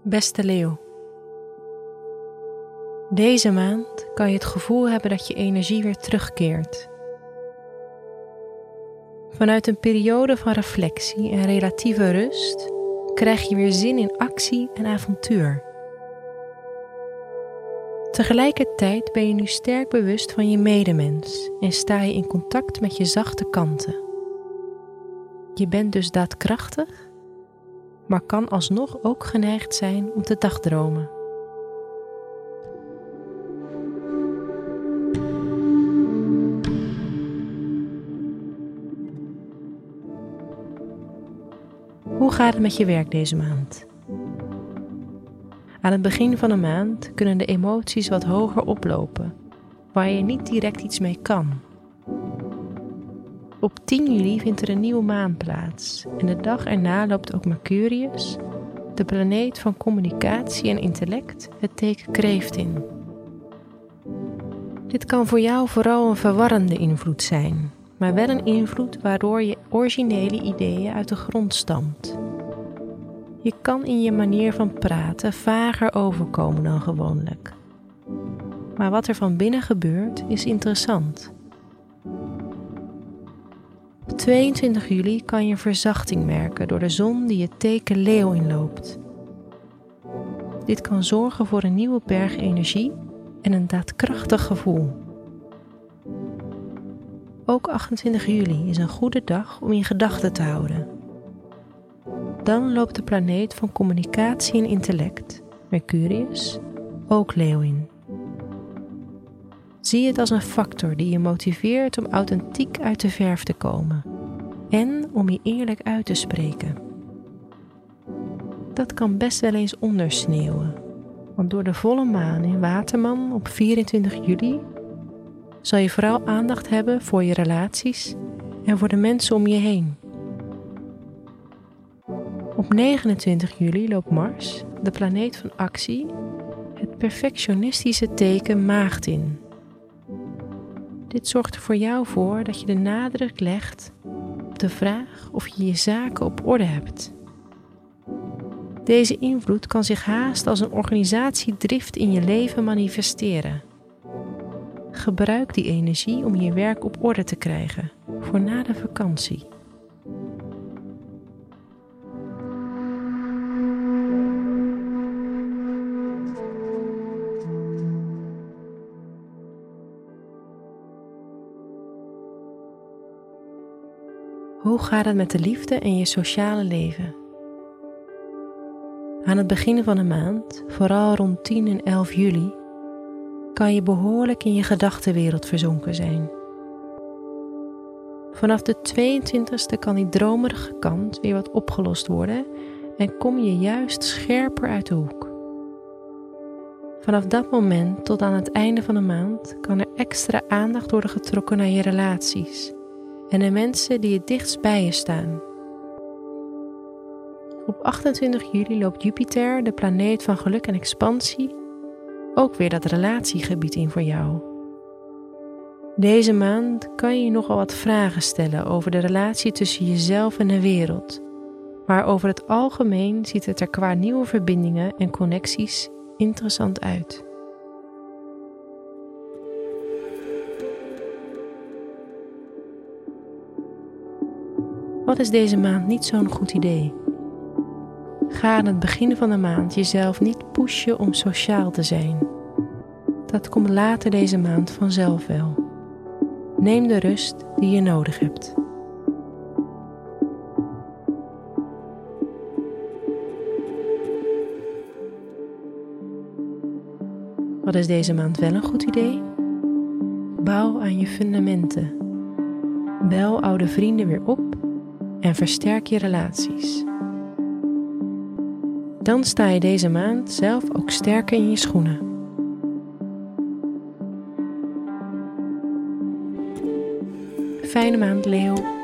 Beste Leeuw, deze maand kan je het gevoel hebben dat je energie weer terugkeert. Vanuit een periode van reflectie en relatieve rust krijg je weer zin in actie en avontuur. Tegelijkertijd ben je nu sterk bewust van je medemens en sta je in contact met je zachte kanten. Je bent dus daadkrachtig, maar kan alsnog ook geneigd zijn om te dagdromen. Hoe gaat het met je werk deze maand? Aan het begin van de maand kunnen de emoties wat hoger oplopen, waar je niet direct iets mee kan. Op 10 juli vindt er een nieuwe maan plaats en de dag erna loopt ook Mercurius, de planeet van communicatie en intellect, het teken Kreeft in. Dit kan voor jou vooral een verwarrende invloed zijn, maar wel een invloed waardoor je originele ideeën uit de grond stamt. Je kan in je manier van praten vager overkomen dan gewoonlijk. Maar wat er van binnen gebeurt is interessant. Op 22 juli kan je verzachting merken door de zon die het teken Leeuw inloopt. Dit kan zorgen voor een nieuwe berg energie en een daadkrachtig gevoel. Ook 28 juli is een goede dag om in gedachten te houden. Dan loopt de planeet van communicatie en intellect, Mercurius, ook Leeuw in. Zie het als een factor die je motiveert om authentiek uit de verf te komen en om je eerlijk uit te spreken. Dat kan best wel eens ondersneeuwen, want door de volle maan in Waterman op 24 juli zal je vooral aandacht hebben voor je relaties en voor de mensen om je heen. Op 29 juli loopt Mars, de planeet van actie, het perfectionistische teken Maagd in. Dit zorgt er voor jou voor dat je de nadruk legt op de vraag of je je zaken op orde hebt. Deze invloed kan zich haast als een organisatiedrift in je leven manifesteren. Gebruik die energie om je werk op orde te krijgen, voor na de vakantie. Hoe gaat het met de liefde en je sociale leven? Aan het begin van de maand, vooral rond 10 en 11 juli, kan je behoorlijk in je gedachtenwereld verzonken zijn. Vanaf de 22e kan die dromerige kant weer wat opgelost worden en kom je juist scherper uit de hoek. Vanaf dat moment tot aan het einde van de maand kan er extra aandacht worden getrokken naar je relaties en de mensen die het dichtst bij je staan. Op 28 juli loopt Jupiter, de planeet van geluk en expansie, ook weer dat relatiegebied in voor jou. Deze maand kan je nogal wat vragen stellen over de relatie tussen jezelf en de wereld, maar over het algemeen ziet het er qua nieuwe verbindingen en connecties interessant uit. Wat is deze maand niet zo'n goed idee? Ga aan het begin van de maand jezelf niet pushen om sociaal te zijn. Dat komt later deze maand vanzelf wel. Neem de rust die je nodig hebt. Wat is deze maand wel een goed idee? Bouw aan je fundamenten. Bel oude vrienden weer op en versterk je relaties. Dan sta je deze maand zelf ook sterker in je schoenen. Fijne maand, Leeuw.